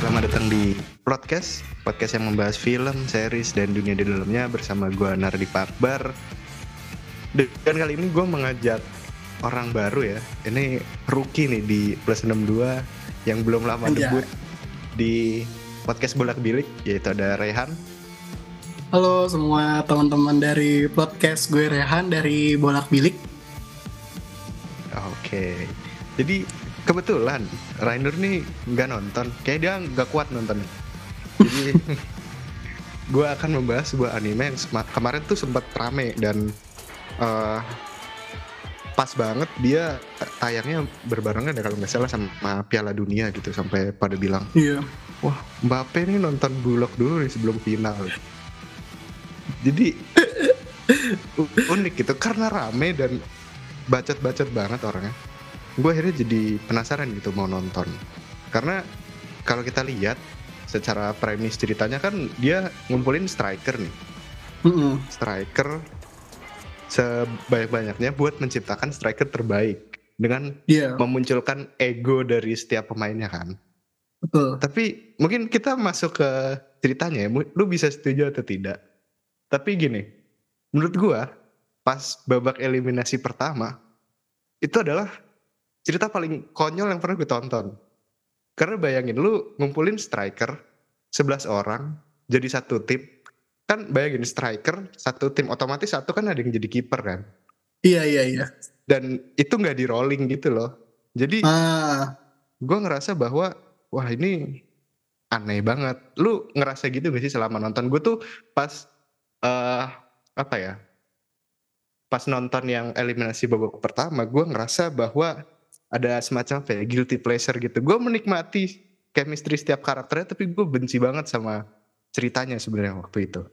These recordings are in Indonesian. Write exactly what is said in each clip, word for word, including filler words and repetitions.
Selamat datang di podcast Podcast yang membahas film, series, dan dunia di dalamnya bersama gue Nardi Akbar. Dan kali ini gue mengajak orang baru ya. Ini rookie nih di Plus enam puluh dua yang belum lama Anjay. debut di podcast Bolak Bilik, yaitu ada Rehan. Halo semua teman-teman dari podcast, gue Rehan dari Bolak Bilik. Oke, jadi kebetulan Rainer nih nggak nonton, kayak dia nggak kuat nonton. Jadi gue akan membahas sebuah anime yang sema- kemarin tuh sempat rame dan uh, pas banget dia tayangnya berbarengan ya kalau nggak salah sama Piala Dunia gitu, sampai pada bilang, Iya. wah Mbappe nih nonton Bulog dulu nih sebelum final. Jadi u- unik gitu karena rame dan bacot-bacot banget orangnya. Gue akhirnya jadi penasaran gitu mau nonton. Karena kalau kita lihat secara premis ceritanya kan dia ngumpulin striker nih. Mm-mm. Striker sebanyak-banyaknya buat menciptakan striker terbaik dengan Iya, memunculkan ego dari setiap pemainnya kan. betul. Tapi mungkin kita masuk ke ceritanya ya, mu- lu bisa setuju atau tidak. Tapi gini, menurut gua pas babak eliminasi pertama itu adalah cerita paling konyol yang pernah gue tonton. Karena bayangin lu ngumpulin striker sebelas orang jadi satu tim. Kan bayangin striker satu tim, otomatis satu kan ada yang jadi kiper kan. Iya, iya, iya. Dan itu gak di rolling gitu loh. Jadi Ah, gue ngerasa bahwa wah ini aneh banget. Lu ngerasa gitu gak sih selama nonton? Gue tuh pas eh apa ya? Pas nonton yang eliminasi babak pertama, gue ngerasa bahwa ada semacam apa ya, guilty pleasure gitu. Gue menikmati chemistry setiap karakternya, tapi gue benci banget sama ceritanya sebenarnya waktu itu.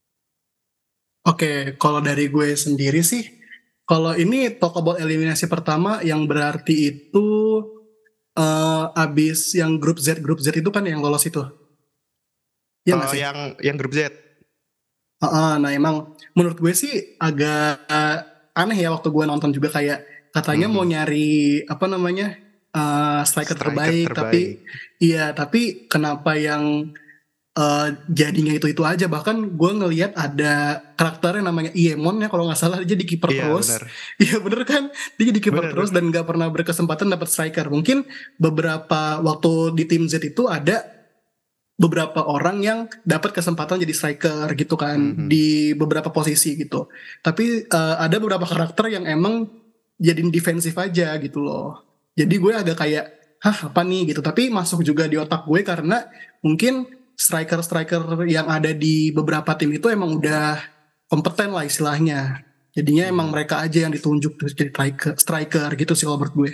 oke. Kalau dari gue sendiri sih, kalau ini talk about eliminasi pertama yang berarti itu eh, abis yang grup Z, grup Z itu kan yang lolos itu. Iya nggak Kalau sih? yang yang grup Z, Ah, ah, nah emang menurut gue sih agak eh, aneh ya waktu gue nonton juga kayak katanya mau hmm, nyari apa namanya eh, striker striker terbaik, tapi terbaik. iya, tapi kenapa yang eh, jadinya itu-itu aja. Bahkan gue ngelihat ada karakter yang namanya Iemon ya, kalau nggak salah dia jadi kiper Iya terus. benar, Iya bener kan, dia jadi kiper benar terus benar. dan nggak pernah berkesempatan dapat striker. Mungkin beberapa waktu di tim Z itu ada beberapa orang yang dapat kesempatan jadi striker gitu kan Mhm. di beberapa posisi gitu. Tapi eh, ada beberapa karakter yang emang jadiin defensif aja gitu loh. Jadi gue agak kayak, hah apa nih gitu. Tapi masuk juga di otak gue karena mungkin striker-striker yang ada di beberapa tim itu emang udah kompeten lah istilahnya. Jadinya emang Mhm. mereka aja yang ditunjuk terus jadi striker, striker gitu sih kalau menurut gue.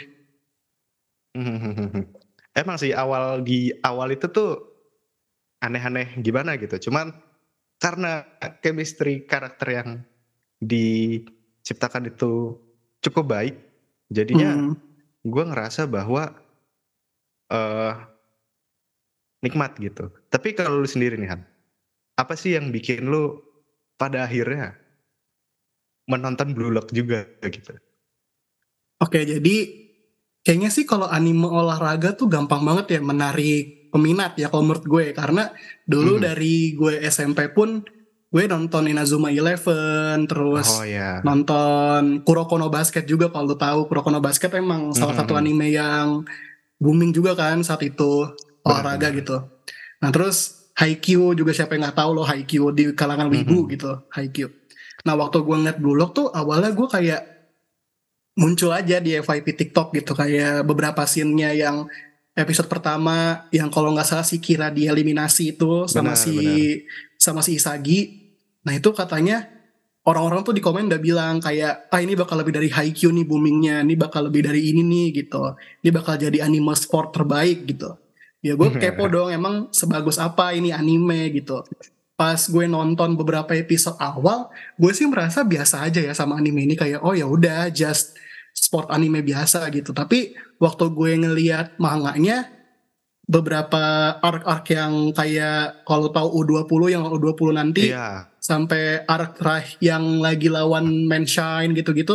Mhm. Emang sih awal di awal itu tuh aneh-aneh gimana gitu. Cuman karena chemistry karakter yang diciptakan itu cukup baik, jadinya Hmm. gue ngerasa bahwa eh nikmat gitu. Tapi kalau lu sendiri nih Han, apa sih yang bikin lu pada akhirnya menonton Blue Lock juga gitu? Oke, jadi kayaknya sih kalau anime olahraga tuh gampang banget ya menarik peminat ya kalau menurut gue. Karena dulu Mhm. dari gue S M P pun gue nonton Inazuma Eleven, Oh terus ya. nonton Kuroko no Basket juga. Kalau lu tahu Kuroko no Basket emang salah satu Mhm. anime yang booming juga kan saat itu, olahraga Benar-benar. gitu. Nah terus Haikyuu juga, siapa yang nggak tahu loh Haikyuu di kalangan wibu Mhm. gitu, Haikyuu. Nah waktu gue ngeliat Blue Lock tuh awalnya gue kayak muncul aja di F Y P TikTok gitu kayak beberapa scene-nya yang episode pertama yang kalau nggak salah si Kira dieliminasi itu sama si Benar-benar. sama si Isagi. Nah itu katanya orang-orang tuh di komen udah bilang kayak, ah ini bakal lebih dari Haikyuu nih boomingnya, ini bakal lebih dari ini nih gitu, ini bakal jadi anime sport terbaik gitu. Ya gue kepo dong, emang sebagus apa ini anime gitu. Pas gue nonton beberapa episode awal, gue sih merasa biasa aja ya sama anime ini, kayak oh ya udah just sport anime biasa gitu. Tapi waktu gue ngeliat manganya, beberapa arc-arc yang kayak kalau tahu U dua puluh yang U dua puluh nanti Iya. sampai arc terakhir yang lagi lawan Manshine gitu-gitu,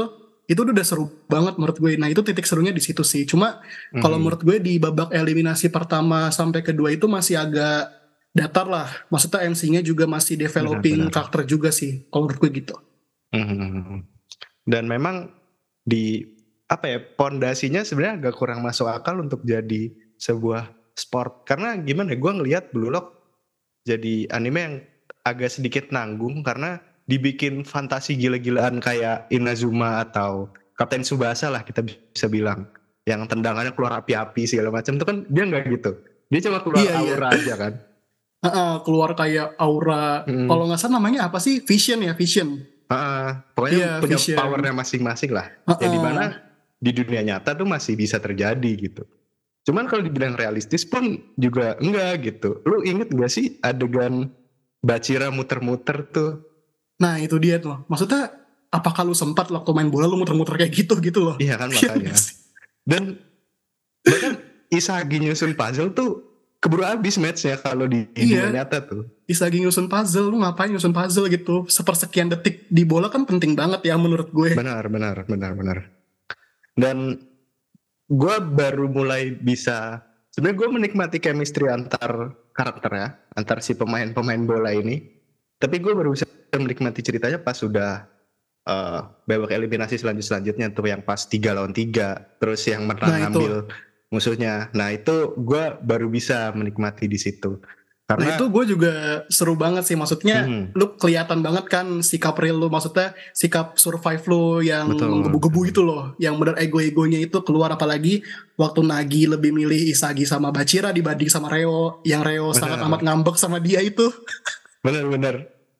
Itu udah seru banget menurut gue. Nah itu titik serunya di situ sih. Cuma kalau Mhm. menurut gue di babak eliminasi pertama sampai kedua itu masih agak datar lah. Maksudnya M C-nya juga masih developing Benar-benar. karakter juga sih. Kalau menurut gue gitu. Mhm. Dan memang di apa ya, pondasinya sebenarnya agak kurang masuk akal untuk jadi sebuah sport. Karena gimana ya, gue ngelihat Blue Lock jadi anime yang agak sedikit nanggung karena dibikin fantasi gila-gilaan kayak Inazuma atau Kapten Tsubasa lah kita bisa bilang. Yang tendangannya keluar api-api segala macam itu kan dia nggak gitu. Dia cuma keluar Iya iya. aura aja kan. Heeh, keluar kayak aura. Kalau Hmm. nggak salah namanya apa sih? Vision ya, Vision. Ah, pokoknya Iya, punya Vision. powernya masing-masing lah. Yang dimana Heeh. di dunia nyata tuh masih bisa terjadi gitu. Cuman kalau dibilang realistis pun juga enggak gitu. Lu inget gak sih adegan Bachira muter-muter tuh? Nah itu dia tuh. Maksudnya apakah lu sempat waktu main bola lu muter-muter kayak gitu gitu loh? Iya kan Iya nggak makanya. sih? Dan bahkan Isagi nyusun puzzle tuh keburu habis matchnya kalau di, di dunia Iya, nyata tuh. bisa lagi nyusun puzzle, lu ngapain nyusun puzzle gitu? Sepersekian detik di bola kan penting banget ya menurut gue. Benar, benar, benar, benar. Dan gue baru mulai bisa, sebenarnya gue menikmati chemistry antar karakter ya, antar si pemain-pemain bola ini. Tapi gue baru bisa menikmati ceritanya pas sudah uh, babak eliminasi selanjut selanjutnya tuh yang pas tiga lawan tiga, terus yang menang Nah itu, ngambil musuhnya. Nah itu gue baru bisa menikmati di situ nah itu karena gue juga seru banget sih. Maksudnya hmm, lu kelihatan banget kan sikap real lu, maksudnya sikap survive lu yang betul, menggebu-gebu betul, itu loh, yang bener ego-egonya itu keluar apalagi waktu Nagi lebih milih Isagi sama Bachira dibanding sama Reo, yang Reo sangat amat benar, ngambek sama dia itu. benar, benar.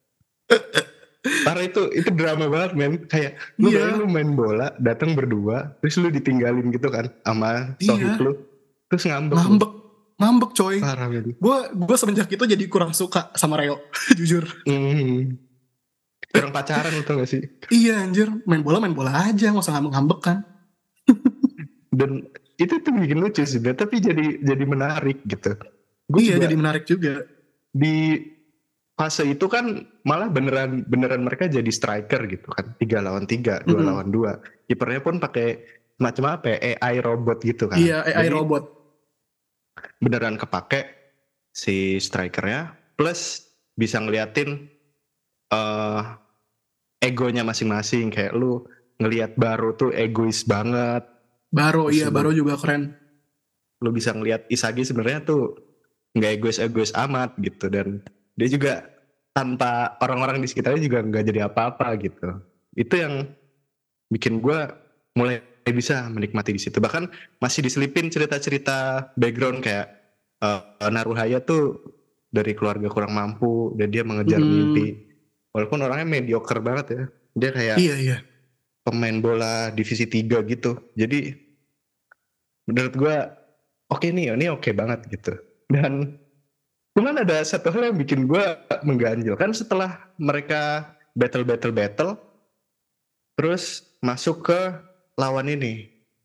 Parah itu, itu drama banget men. Kayak lu bayangin Iya, lu main bola, datang berdua, terus lu ditinggalin gitu kan sama sohib iya, lu, terus ngambek lu. ngambek, ngambek coy. Parah men. Gue gue semenjak itu jadi kurang suka sama Reo, jujur. Hmm, kurang pacaran lu tau gak sih? Iya anjir, main bola main bola aja, nggak usah ngambek-ngambek kan. Dan itu tuh bikin lucu sih, tapi jadi jadi menarik gitu. Gue Iya jadi juga menarik juga. di fase itu kan malah beneran beneran mereka jadi striker gitu kan, tiga lawan tiga, dua Mm-mm. lawan dua. Kipernya pun pakai macam apa ya, A I robot gitu kan. Iya A I Jadi robot. beneran kepake si strikernya, plus bisa ngeliatin uh, egonya masing-masing. Kayak lu ngelihat Baru tuh egois banget, Baro, terus iya lu Baro juga keren. lu bisa ngelihat Isagi sebenarnya tuh nggak egois-egois amat gitu, dan dia juga tanpa orang-orang di sekitarnya juga nggak jadi apa-apa gitu. Itu yang bikin gue mulai bisa menikmati di situ. Bahkan masih diselipin cerita-cerita background kayak uh, Naruhaya tuh dari keluarga kurang mampu dan dia mengejar Mm-mm. mimpi. Walaupun orangnya mediocre banget ya. Dia kayak Iya iya. pemain bola divisi tiga gitu. Jadi menurut gue oke okay nih, ini oke okay banget gitu. Dan cuman ada satu hal yang bikin gue mengganjal kan, setelah mereka battle battle battle terus masuk ke lawan ini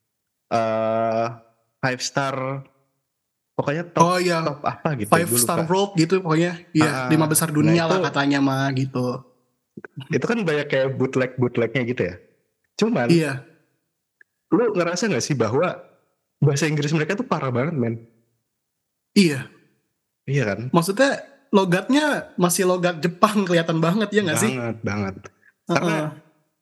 uh, five star, pokoknya Oh top iya, top apa gitu five gue star lupa. world gitu pokoknya. Ah, Iya, ah. lima besar Nah dunia itu lah katanya mah gitu. itu kan banyak kayak bootleg bootlegnya gitu ya. Cuman Iya, lu ngerasa nggak sih bahwa bahasa Inggris mereka tuh parah banget men? iya. Iya kan? Maksudnya logatnya masih logat Jepang kelihatan banget ya nggak sih? Banget banget. Karena Heeh.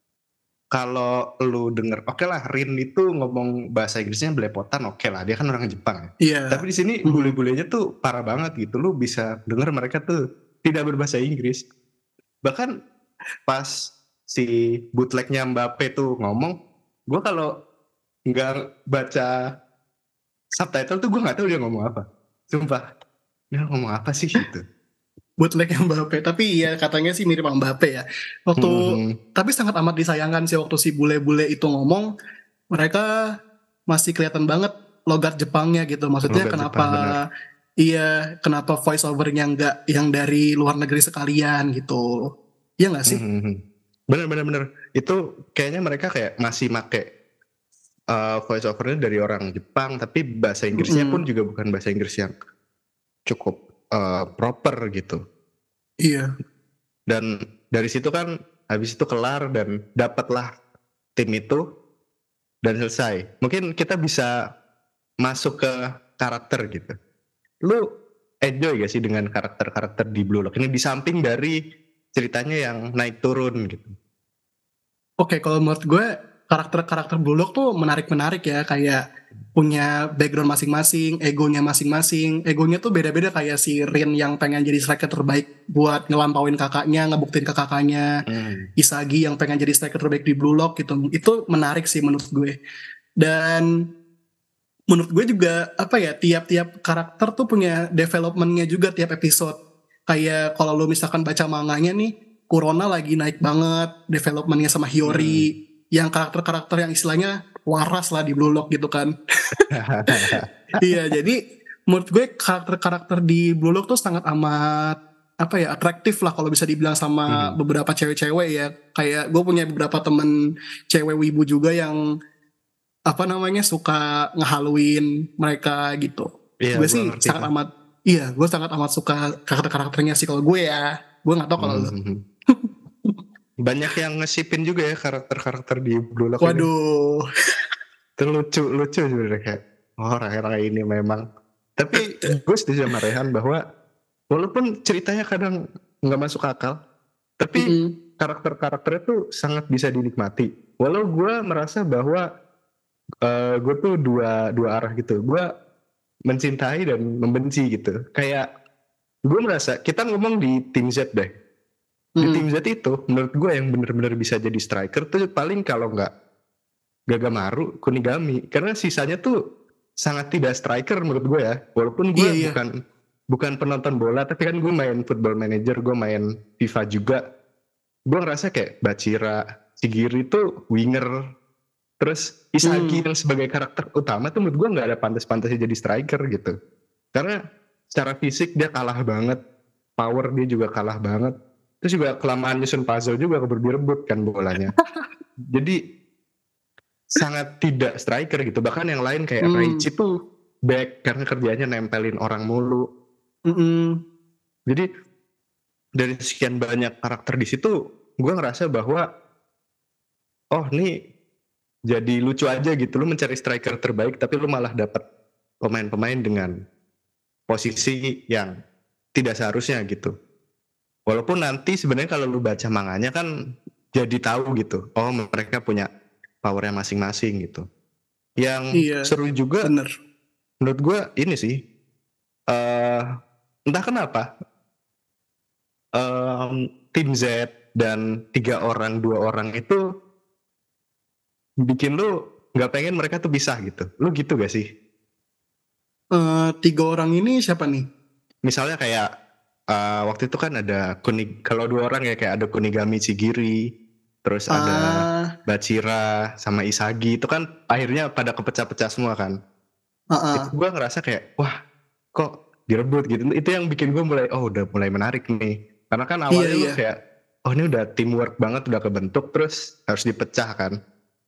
kalau lu denger, oke okay lah Rin itu ngomong bahasa Inggrisnya belepotan, oke okay lah, dia kan orang Jepang ya. Iya. Tapi di sini Mm-mm. bule-bulenya tuh parah banget gitu. Lu bisa denger mereka tuh tidak berbahasa Inggris. Bahkan pas si bootlegnya Mbappe tuh ngomong, gue kalau nggak baca subtitle tuh gue nggak tahu dia ngomong apa. Sumpah, dia ngomong apa sih gitu. Bootleg yang Mbappe, tapi iya katanya sih mirip sama Mbappe ya. Waktu Hmm, tapi sangat amat disayangkan sih waktu si bule-bule itu ngomong, mereka masih kelihatan banget logat Jepangnya gitu. Maksudnya logat kenapa Jepang bener. iya kenapa voice overnya nggak yang dari luar negeri sekalian gitu? Iya nggak sih? Hmm, bener bener bener. Itu kayaknya mereka kayak masih make uh, voice overnya dari orang Jepang, tapi bahasa Inggrisnya pun Mm-mm. juga bukan bahasa Inggris yang cukup uh, proper gitu. Iya, Dan dari situ kan habis itu kelar dan dapatlah tim itu dan selesai. Mungkin kita bisa masuk ke karakter gitu. Lu enjoy gak sih dengan karakter-karakter di Blue Lock ini di samping dari ceritanya yang naik turun gitu? Oke, kalau menurut gue karakter-karakter Bulldog tuh menarik-menarik ya, kayak punya background masing-masing, egonya masing-masing. Egonya tuh beda-beda, kayak si Rin yang pengen jadi striker terbaik buat ngelampauin kakaknya, ngebuktiin ke kakaknya. Hmm. Isagi yang pengen jadi striker terbaik di Blue Lock gitu. Itu menarik sih menurut gue. Dan menurut gue juga apa ya, tiap-tiap karakter tuh punya developmentnya juga tiap episode. Kayak kalau lu misalkan baca manganya nih, Kurona lagi naik banget developmentnya sama Hmm. Hiyori, yang karakter-karakter yang istilahnya waras lah di Blue Lock gitu kan. Iya, jadi menurut gue karakter-karakter di Blue Lock tuh sangat amat apa ya, atraktif lah kalau bisa dibilang sama Mhm. beberapa cewek-cewek ya. Kayak gue punya beberapa temen cewek wibu juga yang apa namanya suka ngehaluin mereka gitu. Iya, Gue gua sih ngerti sangat tuh. amat, iya gue sangat amat suka karakter-katernya sih kalau gue ya. Gue nggak tahu kalau lo. Mhm. Banyak yang ngesipin juga ya karakter-karakter di Blue Lock ini. Waduh. Itu lucu, lucu sebenarnya kayak oh Rai-Rai ini memang. Tapi gue setuju sama Rehan bahwa walaupun ceritanya kadang nggak masuk akal, tapi Mm-mm. karakter-karakternya tuh sangat bisa dinikmati. Walau gue merasa bahwa uh, gue tuh dua dua arah gitu. Gue mencintai dan membenci gitu. Kayak gue merasa kita ngomong di tim Z deh. Di tim Mm-mm. Z itu menurut gue yang benar-benar bisa jadi striker tuh paling kalau nggak Gagamaru, Kunigami. Karena sisanya tuh sangat tidak striker menurut gue ya. Walaupun gue Iya iya. bukan bukan penonton bola, tapi kan gue main Football Manager, gue main FIFA juga. Gue ngerasa kayak Bachira, Shigiri tuh winger. Terus Isagi Mm. yang sebagai karakter utama tuh menurut gue nggak ada pantas-pantasnya jadi striker gitu. Karena secara fisik dia kalah banget, power dia juga kalah banget. Terus juga kelamaan nyusun puzzle juga keburu direbut kan bolanya. Jadi sangat tidak striker gitu. Bahkan yang lain kayak Mm. Raichi tuh back karena kerjanya nempelin orang mulu. Mm-mm. Jadi dari sekian banyak karakter di situ, gue ngerasa bahwa oh nih jadi lucu aja gitu. Lu mencari striker terbaik, tapi lu malah dapet pemain-pemain dengan posisi yang tidak seharusnya gitu. Walaupun nanti sebenarnya kalau lu baca manganya kan jadi tahu gitu. Oh mereka punya powernya masing-masing gitu. Yang Iya. seru juga Bener. menurut gue ini sih uh, entah kenapa um, tim Z dan tiga orang dua orang itu bikin lu nggak pengen mereka tuh pisah gitu. Lu gitu gak sih? Eh, tiga orang ini siapa nih? Misalnya kayak uh, waktu itu kan ada Kunig, kalau dua orang ya kayak ada Kunigami Chigiri, terus ada Ah, Bachira sama Isagi itu kan akhirnya pada kepecah-pecah semua kan. ah, Itu ah. gue ngerasa kayak wah kok direbut gitu. Itu yang bikin gue mulai oh udah mulai menarik nih. Karena kan Iya awalnya lu iya. kayak oh ini udah teamwork banget udah kebentuk terus harus dipecah kan.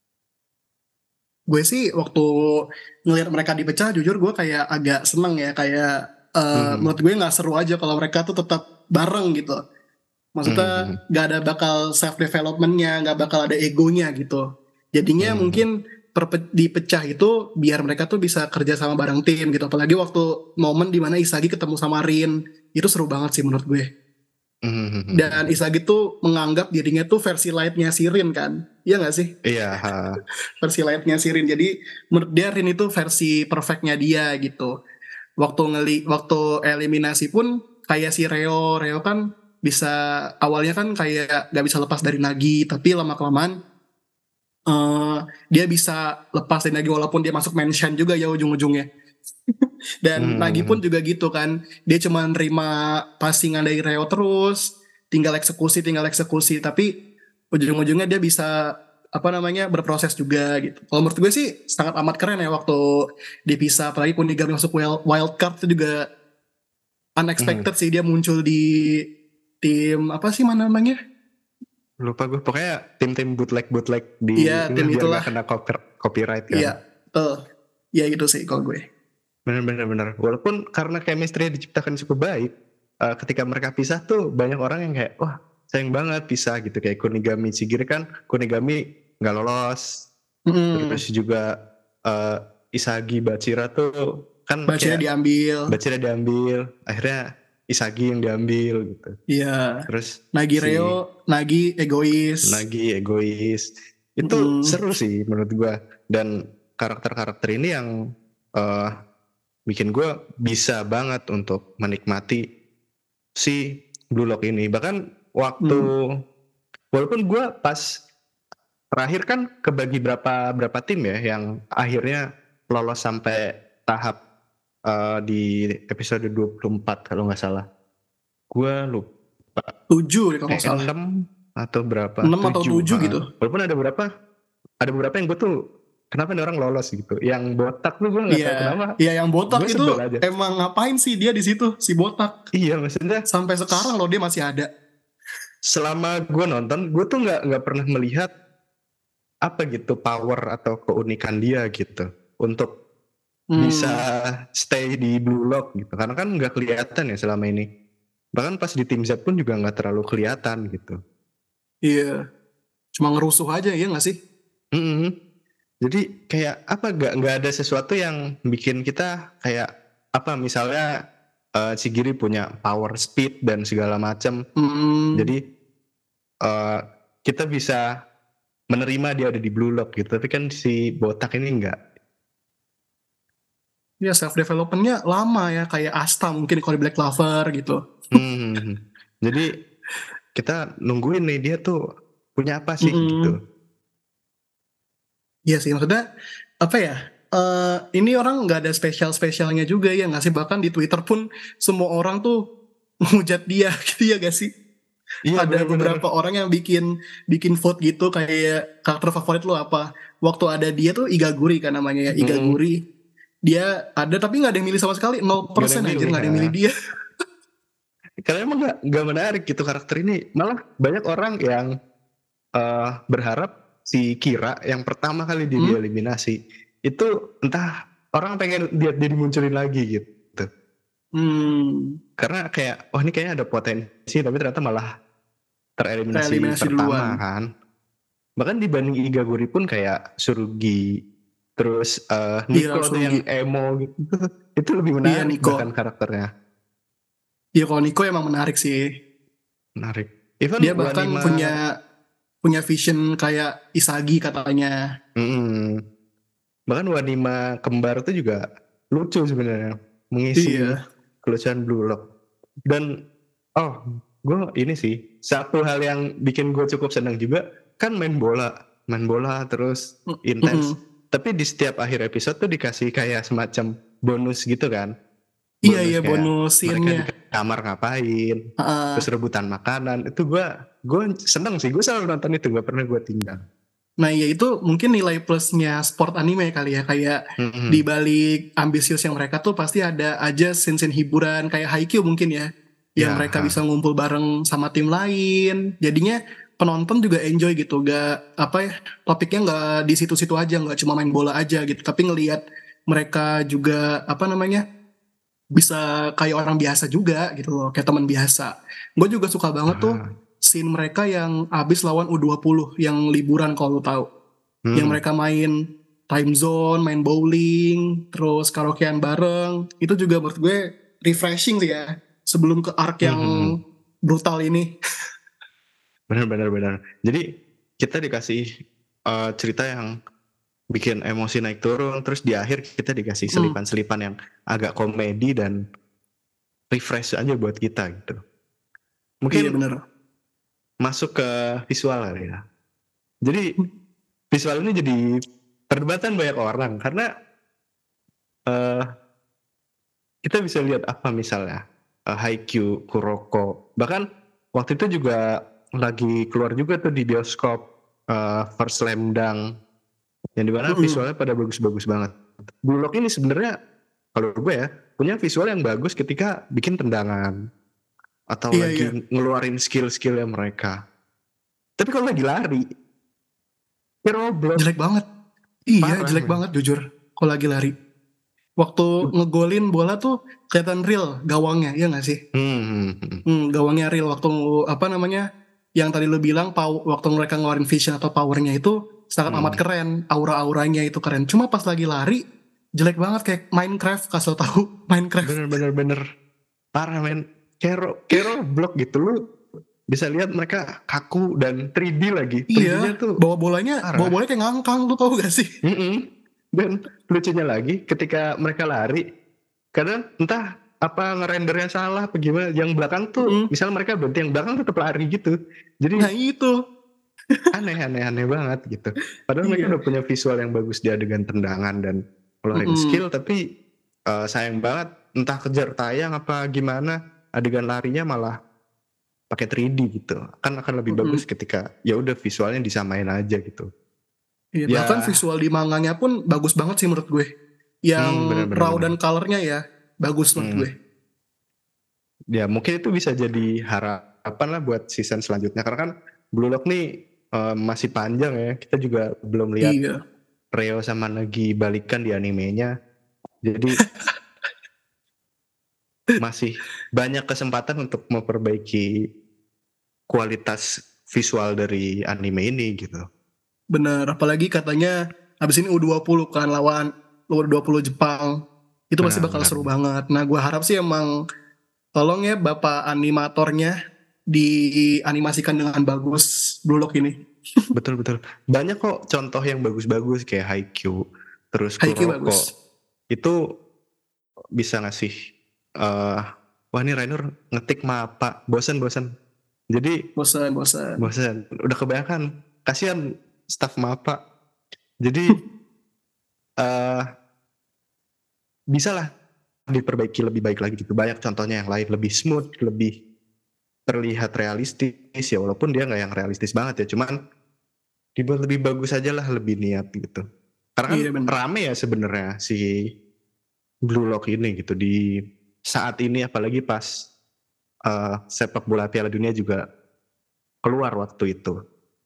Gue sih waktu ngelihat mereka dipecah, jujur gue kayak agak seneng ya, kayak eh, menurut Mhm. gue nggak seru aja kalau mereka tuh tetap bareng gitu. Maksudnya Mhm. nggak ada bakal self developmentnya, nggak bakal ada egonya gitu. Jadinya Mhm. mungkin perpe- dipecah itu biar mereka tuh bisa kerja sama bareng tim gitu. Apalagi waktu momen dimana Isagi ketemu sama Rin, itu seru banget sih menurut gue. Dan Mhm. Isagi tuh menganggap dirinya tuh versi lightnya si Rin kan, iya nggak sih? Iya, ha. Versi lightnya si Rin. Jadi menurut dia Rin itu versi perfectnya dia gitu. Waktu ngeli waktu eliminasi pun kayak si Reo Reo kan bisa awalnya kan kayak gak bisa lepas dari Nagi, tapi lama kelamaan eh dia bisa lepas dari Nagi walaupun dia masuk mention juga ya ujung-ujungnya. Dan Nagi pun Mhm. juga gitu kan, dia cuma nerima passingan dari Reo terus, tinggal eksekusi tinggal eksekusi, tapi ujung-ujungnya dia bisa apa namanya berproses juga gitu. Kalau menurut gue sih sangat amat keren ya waktu dipisah, apalagi Kunigami masuk wild, wild card itu juga Mhm. unexpected sih, dia muncul di tim apa sih mana namanya? Lupa gue pokoknya tim-tim bootleg bootleg Iya di tim ini biar itulah. gak kena copy- copyright Iya, kan. betul. Ya gitu sih kalau gue. Bener-bener bener. Walaupun karena chemistry diciptakan cukup baik, uh, ketika mereka pisah tuh banyak orang yang kayak wah sayang banget pisah gitu kayak Kunigami Chigiri kan Kunigami nggak lolos. Mm-mm. Terus juga uh, Isagi Bachira tuh kan Bachira kayak diambil. Bachira diambil, akhirnya Isagi yang diambil gitu. Iya. Terus Nagi si Reo, Nagi egois. Nagi egois. Itu Mm-mm. seru sih menurut gua, dan karakter-karakter ini yang uh, bikin gua bisa banget untuk menikmati si Blue Lock ini. Bahkan waktu Mm. walaupun gua pas terakhir kan kebagi berapa berapa tim ya yang akhirnya lolos sampai tahap uh, di episode dua puluh empat kalau nggak salah. Gua lupa. Tujuh deh kalau Eh nggak salah. enam atau berapa? Enam atau tujuh. tujuh gitu. Walaupun ada beberapa ada beberapa yang gue tuh kenapa nih orang lolos gitu. Yang botak tuh gue nggak Iya, tahu kenapa. iya yang botak Gue itu sebel aja. emang ngapain sih dia di situ si botak? Iya maksudnya. Sampai sekarang loh dia masih ada. Selama gue nonton, gue tuh nggak nggak pernah melihat apa gitu power atau keunikan dia gitu untuk hmm. bisa stay di Blue Lock gitu. Karena kan nggak kelihatan ya selama ini. Bahkan pas di tim Z pun juga nggak terlalu kelihatan gitu. Iya, cuma ngerusuh aja ya nggak sih? Mm-hmm. Jadi kayak apa nggak nggak ada sesuatu yang bikin kita kayak apa misalnya uh, Chigiri punya power speed dan segala macam. Mm-hmm. Jadi uh, kita bisa menerima dia ada di Blue Lock gitu. Tapi kan si botak ini enggak. Ya self developmentnya lama ya kayak Asta mungkin kalau di Black Clover gitu. Hmm. Jadi kita nungguin nih dia tuh punya apa sih mm-hmm. gitu. Iya sih maksudnya apa ya? Uh, ini orang nggak ada spesial-spesialnya juga ya nggak sih, bahkan di Twitter pun semua orang tuh menghujat dia gitu ya gak sih? Iya, ada bener-bener. Beberapa orang yang bikin bikin vote gitu kayak karakter favorit lo apa? Waktu ada dia tuh Igaguri kan namanya ya, Igaguri. Hmm. Dia ada tapi nggak ada yang milih sama sekali, nol persen aja nggak ada yang milih dia. Karena emang nggak nggak menarik gitu karakter ini. Malah banyak orang yang uh, berharap si Kira yang pertama kali dia hmm? dieliminasi itu entah orang pengen dia dia dimunculin lagi gitu. Hmm. Karena kayak oh ini kayaknya ada potensi tapi ternyata malah tereliminasi, tereliminasi pertama duluan. Kan. Bahkan dibanding Igaguri pun kayak Surugi terus uh, Nico iya, tuh yang emo gitu itu lebih menarik iya, bahkan karakternya. Iya kalau Nico emang menarik sih. Menarik. Even dia bahkan Wanima... punya punya vision kayak Isagi katanya. Mm-hmm. Bahkan Wanima kembar itu juga lucu sebenarnya mengisi iya. kelucuan Blue Lock. Dan oh gue ini sih satu hal yang bikin gue cukup senang juga kan main bola main bola terus mm-hmm. intens. Tapi di setiap akhir episode tuh dikasih kayak semacam bonus gitu kan. Bonus iya iya bonus mereka di kamar ngapain uh, terus rebutan makanan itu gue gue seneng sih gue selalu nonton itu gak pernah gue tinggal. Nah ya itu mungkin nilai plusnya sport anime kali ya kayak mm-hmm. di balik ambisius yang mereka tuh pasti ada aja scene-scene hiburan kayak Haikyuu mungkin ya yang ya, mereka ha. bisa ngumpul bareng sama tim lain jadinya penonton juga enjoy gitu gak apa ya topiknya gak di situ-situ aja gak cuma main bola aja gitu tapi ngelihat mereka juga apa namanya bisa kayak orang biasa juga gitu loh kayak teman biasa. Gue juga suka banget tuh scene mereka yang abis lawan U dua puluh yang liburan kalau lo tahu hmm. yang mereka main time zone main bowling terus karaokean bareng itu juga menurut gue refreshing sih ya sebelum ke arc yang hmm. brutal ini. Benar-benar benar. Jadi kita dikasih uh, cerita yang bikin emosi naik turun, terus di akhir kita dikasih selipan-selipan yang agak komedi dan refresh aja buat kita gitu. Mungkin iya, bener. Masuk ke visual kali ya. Jadi visual ini jadi perdebatan banyak orang karena uh, kita bisa lihat apa misalnya uh, Haikyuu, Kuroko, bahkan waktu itu juga lagi keluar juga tuh di bioskop uh, First Slam Dunk yang dimana mm-hmm. visualnya pada bagus-bagus banget. Blue Lock ini sebenarnya kalau gue ya punya visual yang bagus ketika bikin tendangan atau iya, lagi iya. ngeluarin skill-skillnya mereka. Tapi kalau lagi lari, jelek banget. Iya, jelek banget jujur. Kalau lagi lari, waktu ngegolin bola tuh kelihatan real gawangnya, ya nggak sih? Hmm. hmm, gawangnya real. Waktu apa namanya? Yang tadi lu bilang, pow- waktu mereka ngeluarin vision atau powernya itu sangat amat Hmm. keren, aura-auranya itu keren. Cuma pas lagi lari jelek banget kayak Minecraft, kasih tahu Minecraft. Bener-bener bener parah men. Kero Kero blok gitu, lu bisa lihat mereka kaku dan tiga D lagi. tiga D-nya Iya, tuh bawa bolanya, bawa parah. bolanya kayak ngangkang, lu tau gak sih? Mm-mm. Dan lucunya lagi ketika mereka lari, kadang entah apa ngerendernya salah apa gimana, yang belakang tuh Mm. misalnya mereka berhenti, yang belakang tetap lari gitu. Nah Jadi itu, aneh aneh aneh banget gitu. Padahal mereka iya. udah punya visual yang bagus di adegan tendangan dan keluarin Mm-mm. skill, tapi eh, sayang banget entah kejar tayang apa gimana, adegan larinya malah pakai tiga D gitu. Kan akan lebih bagus Mm-mm. ketika ya udah visualnya disamain aja gitu. Iya, bahkan Ya, visual di manganya pun bagus banget sih menurut gue. Yang hmm, benar benar raw benar. dan colornya ya bagus menurut gue. Hmm. Ya mungkin itu bisa jadi harapan lah buat season selanjutnya, karena kan Blue Lock nih eh, masih panjang ya, kita juga belum lihat Iya, Reo sama Nagi balikan di animenya, jadi masih banyak kesempatan untuk memperbaiki kualitas visual dari anime ini gitu. bener. Apalagi katanya abis ini U dua puluh kan lawan U dua puluh Jepang. Itu pasti Benar bakal benar seru banget. Nah gue harap sih emang tolong ya bapak animatornya dianimasikan dengan bagus Blue Lock ini. betul betul, banyak kok contoh yang bagus-bagus kayak Haikyuu, terus Haikyuu bagus. Kuroko itu bisa ngasih eh wah ini Rainer ngetik mapa bosan-bosan, jadi Bosan, bosan. bosan udah kebanyakan, kasihan staff mapa, jadi eh bisa lah diperbaiki lebih baik lagi gitu. Banyak contohnya yang lain lebih smooth, lebih terlihat realistis ya, walaupun dia nggak yang realistis banget ya, cuman dibuat lebih bagus aja lah, lebih niat gitu. Karena kan Iya bener. rame ya sebenarnya si Blue Lock ini gitu di saat ini, apalagi pas uh, sepak bola Piala Dunia juga keluar waktu itu.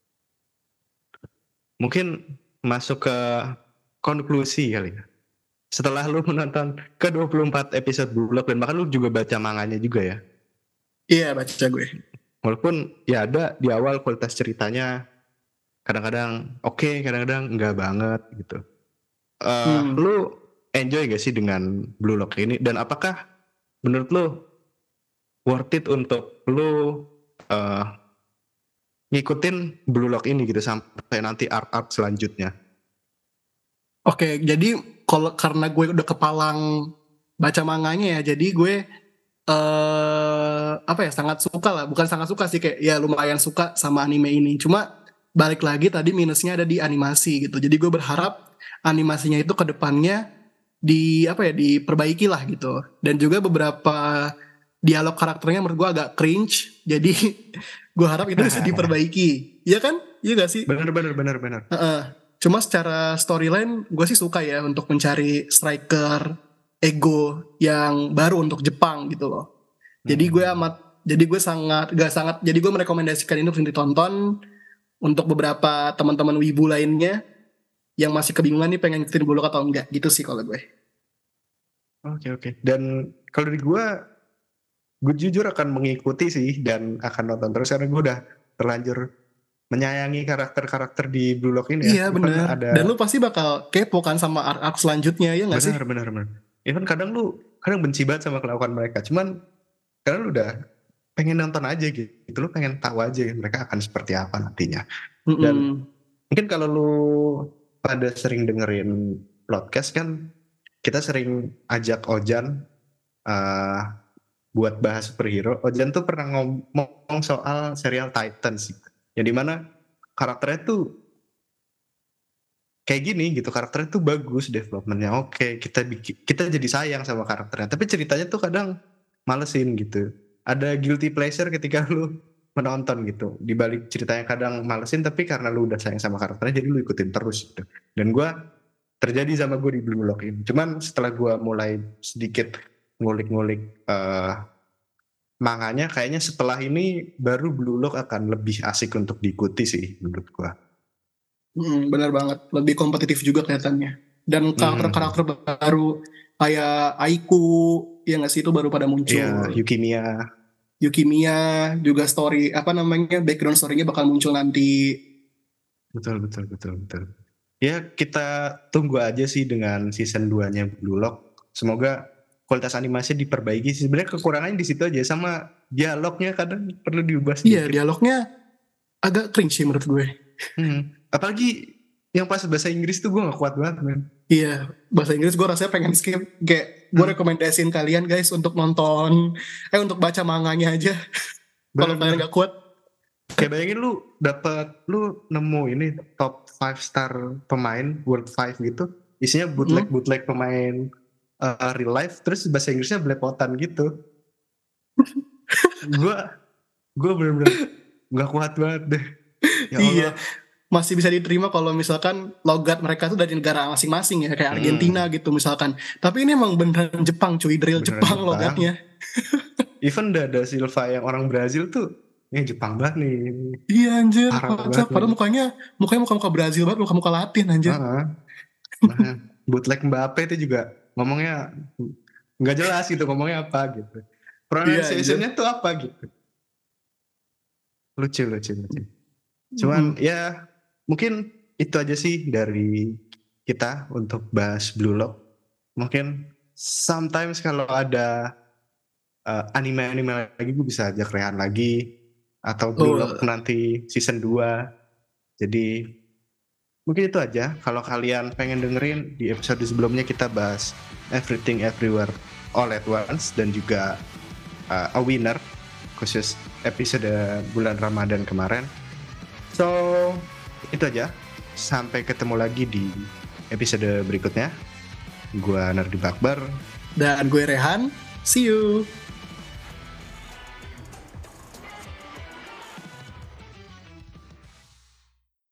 Mungkin masuk ke konklusi kali ya. Setelah lu menonton ke dua puluh empat episode Blue Lock dan bahkan lu juga baca manganya juga ya. Iya baca gue. Walaupun ya ada di awal kualitas ceritanya kadang-kadang oke, okay, kadang-kadang enggak banget gitu. Uh, Hmm. lu enjoy gak sih dengan Blue Lock ini? Dan apakah menurut lu worth it untuk lu uh, ngikutin Blue Lock ini gitu sampai nanti arc-arc selanjutnya? Oke, jadi kalau karena gue udah kepalang baca manganya ya, jadi gue eh apa ya sangat suka lah, bukan sangat suka sih kayak ya lumayan suka sama anime ini. Cuma balik lagi tadi minusnya ada di animasi gitu. Jadi gue berharap animasinya itu ke depannya di apa ya diperbaiki lah gitu. Dan juga beberapa dialog karakternya menurut gue agak cringe. Jadi gue harap itu bisa diperbaiki. Iya kan? Iya gak sih? Bener bener bener bener. Heeh. Cuma secara storyline gue sih suka ya untuk mencari striker ego yang baru untuk Jepang gitu loh. Jadi gue Hmm. amat, jadi gue sangat, gak sangat, jadi gue merekomendasikan ini untuk ditonton untuk beberapa teman-teman wibu lainnya yang masih kebingungan nih pengen ngikutin Bulok atau enggak gitu sih kalau gue. Oke oke. Dan kalau di gue, gue jujur akan mengikuti sih dan akan nonton terus karena gue udah terlanjur menyayangi karakter-karakter di Blue Lock ini ya. Iya Even bener. ada Dan lu pasti bakal kepo kan sama arc-arc selanjutnya ya gak sih? benar benar benar. Even kadang lu kadang benci banget sama kelakuan mereka. Cuman karena lu udah pengen nonton aja gitu. Lu pengen tahu aja mereka akan seperti apa nantinya. Dan Mm-mm. mungkin kalau lu pada sering dengerin podcast kan, kita sering ajak Ojan uh, buat bahas superhero. Ojan tuh pernah ngomong soal serial Titans gitu. Yang dimana karakternya tuh kayak gini gitu, karakternya tuh bagus, developmentnya oke, kita bikin, kita jadi sayang sama karakternya, tapi ceritanya tuh kadang malesin gitu. Ada guilty pleasure ketika lu menonton gitu, dibalik ceritanya kadang malesin, tapi karena lu udah sayang sama karakternya jadi lu ikutin terus gitu. Dan gue terjadi sama gue di Blue Lock ini. Cuman setelah gue mulai sedikit ngulik-ngulik uh, manganya, kayaknya setelah ini baru Blue Lock akan lebih asik untuk diikuti sih menurut gue. Mm, benar banget, lebih kompetitif juga kelihatannya. Dan Hmm. karakter-karakter baru kayak Aiku, ya nggak sih itu baru pada Iya, muncul. Yukimiya. Yukimiya juga story apa namanya background story-nya bakal muncul nanti. Betul betul betul betul. Ya kita tunggu aja sih dengan season dua-nya Blue Lock. Semoga kualitas animasi diperbaiki sih. Sebenarnya kekurangannya di situ aja, sama dialognya kadang perlu diubah Iya, sedikit. dialognya agak cringe sih menurut gue. Hmm. Apalagi yang pas bahasa Inggris tuh gue gak kuat banget man. Iya, bahasa Inggris gue rasanya pengen skip. Kayak gue Hmm. rekomendasiin kalian guys untuk nonton, eh untuk baca manganya aja. Kalau kalian Bener-bener. gak kuat. Kayak bayangin lu dapat lu nemu ini top five star pemain world five gitu, isinya bootleg Hmm. bootleg pemain uh, real life, terus bahasa Inggrisnya belepotan gitu. Gue gue bener-bener nggak kuat banget deh. Ya Iya, Allah. masih bisa diterima kalau misalkan logat mereka tuh dari negara masing-masing ya, kayak Argentina Hmm, gitu misalkan. Tapi ini emang beneran Jepang cuy, drill beneran Jepang Jepang. logatnya. Even Dada Silva yang orang Brazil tuh, ini Jepang banget nih, Iya anjir, parah kocak. banget Padahal nih. mukanya, mukanya muka-muka Brazil banget, muka-muka Latin anjir. Heeh. Nah, bootleg Mbappe itu juga ngomongnya nggak jelas gitu, ngomongnya apa gitu. Iya anjir. Pronunciation-nya tuh apa gitu. Lucu, lucu, lucu. Cuman Mm-mm. ya mungkin itu aja sih dari kita untuk bahas Blue Lock. Mungkin sometimes kalau ada uh, anime-anime lagi gue bisa ajak Rehan lagi, atau Blue Lock Oh, nanti season dua. Jadi mungkin itu aja. Kalau kalian pengen dengerin di episode sebelumnya kita bahas Everything Everywhere All at Once dan juga uh, A Winner, khusus episode bulan Ramadan kemarin. So itu aja. Sampai ketemu lagi di episode berikutnya. Gua Nardi Bakbar. dan gue Rehan. See you.